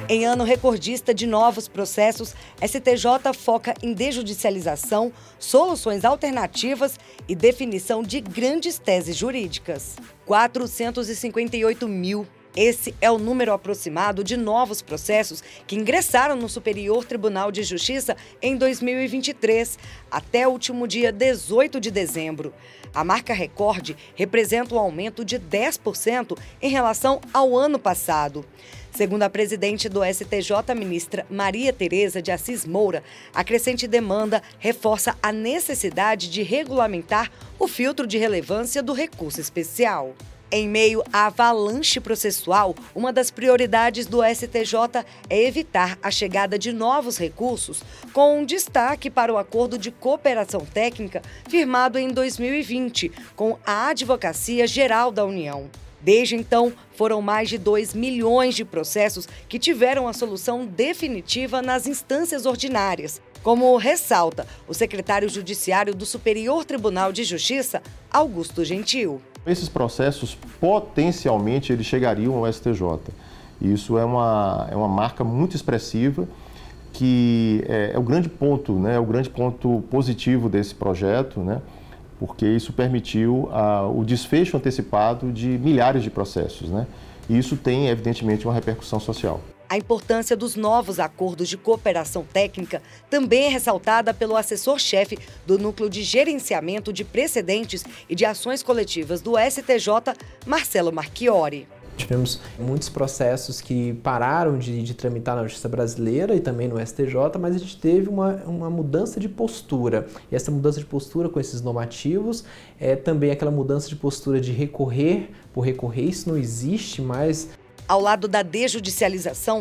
Em ano recordista de novos processos, STJ foca em desjudicialização, soluções alternativas e definição de grandes teses jurídicas. 458 mil. Esse é o número aproximado de novos processos que ingressaram no Superior Tribunal de Justiça em 2023, até o último dia 18 de dezembro. A marca recorde representa um aumento de 10% em relação ao ano passado. Segundo a presidente do STJ, ministra Maria Tereza de Assis Moura, a crescente demanda reforça a necessidade de regulamentar o filtro de relevância do recurso especial. Em meio à avalanche processual, uma das prioridades do STJ é evitar a chegada de novos recursos, com um destaque para o acordo de cooperação técnica firmado em 2020 com a Advocacia Geral da União. Desde então, foram mais de 2 milhões de processos que tiveram a solução definitiva nas instâncias ordinárias, como ressalta o secretário judiciário do Superior Tribunal de Justiça, Augusto Gentil. Esses processos, potencialmente, eles chegariam ao STJ. Isso é uma marca muito expressiva, que é o grande ponto, né, o grande ponto positivo desse projeto, né, porque isso permitiu o desfecho antecipado de milhares de processos, né, e isso tem, evidentemente, uma repercussão social. A importância dos novos acordos de cooperação técnica também é ressaltada pelo assessor-chefe do Núcleo de Gerenciamento de Precedentes e de Ações Coletivas do STJ, Marcelo Marchiori. Tivemos muitos processos que pararam de tramitar na Justiça Brasileira e também no STJ, mas a gente teve uma mudança de postura. E essa mudança de postura com esses normativos é também aquela mudança de postura de recorrer por recorrer. Isso não existe mais. Ao lado da desjudicialização,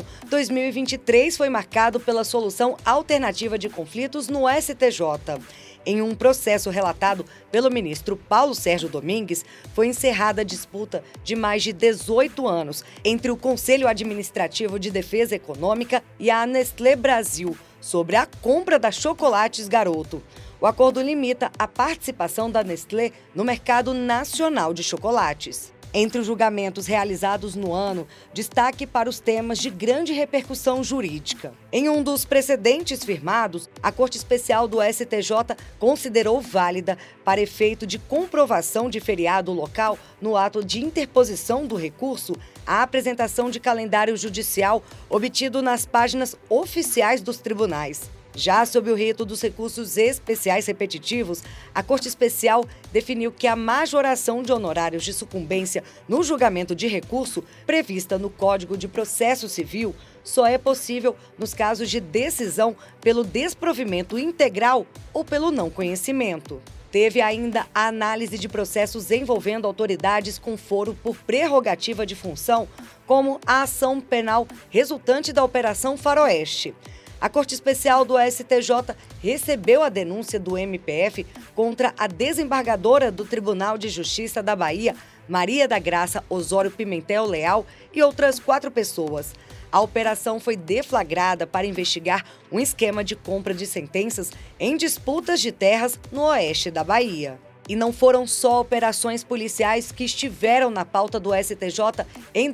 2023 foi marcado pela solução alternativa de conflitos no STJ. Em um processo relatado pelo ministro Paulo Sérgio Domingues, foi encerrada a disputa de mais de 18 anos entre o Conselho Administrativo de Defesa Econômica e a Nestlé Brasil sobre a compra da Chocolates Garoto. O acordo limita a participação da Nestlé no mercado nacional de chocolates. Entre os julgamentos realizados no ano, destaque para os temas de grande repercussão jurídica. Em um dos precedentes firmados, a Corte Especial do STJ considerou válida, para efeito de comprovação de feriado local no ato de interposição do recurso, a apresentação de calendário judicial obtido nas páginas oficiais dos tribunais. Já sob o rito dos recursos especiais repetitivos, a Corte Especial definiu que a majoração de honorários de sucumbência no julgamento de recurso, prevista no Código de Processo Civil, só é possível nos casos de decisão pelo desprovimento integral ou pelo não conhecimento. Teve ainda a análise de processos envolvendo autoridades com foro por prerrogativa de função, como a ação penal resultante da Operação Faroeste. A Corte Especial do STJ recebeu a denúncia do MPF contra a desembargadora do Tribunal de Justiça da Bahia, Maria da Graça Osório Pimentel Leal, e outras 4 pessoas. A operação foi deflagrada para investigar um esquema de compra de sentenças em disputas de terras no oeste da Bahia. E não foram só operações policiais que estiveram na pauta do STJ em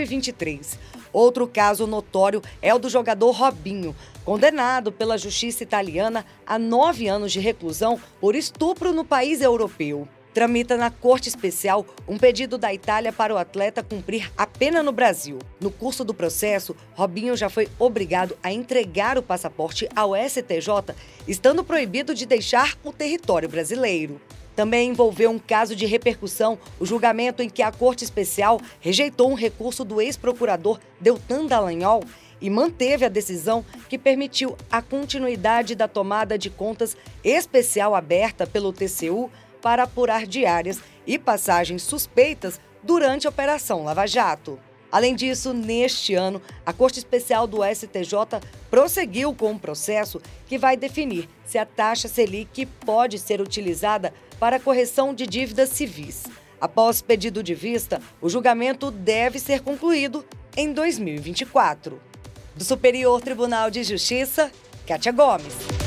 2023. Outro caso notório é o do jogador Robinho, condenado pela justiça italiana a 9 anos de reclusão por estupro no país europeu. Tramita na Corte Especial um pedido da Itália para o atleta cumprir a pena no Brasil. No curso do processo, Robinho já foi obrigado a entregar o passaporte ao STJ, estando proibido de deixar o território brasileiro. Também envolveu um caso de repercussão, o julgamento em que a Corte Especial rejeitou um recurso do ex-procurador Deltan Dallagnol e manteve a decisão que permitiu a continuidade da tomada de contas especial aberta pelo TCU para apurar diárias e passagens suspeitas durante a Operação Lava Jato. Além disso, neste ano, a Corte Especial do STJ prosseguiu com um processo que vai definir se a taxa Selic pode ser utilizada para a correção de dívidas civis. Após pedido de vista, o julgamento deve ser concluído em 2024. Do Superior Tribunal de Justiça, Kátia Gomes.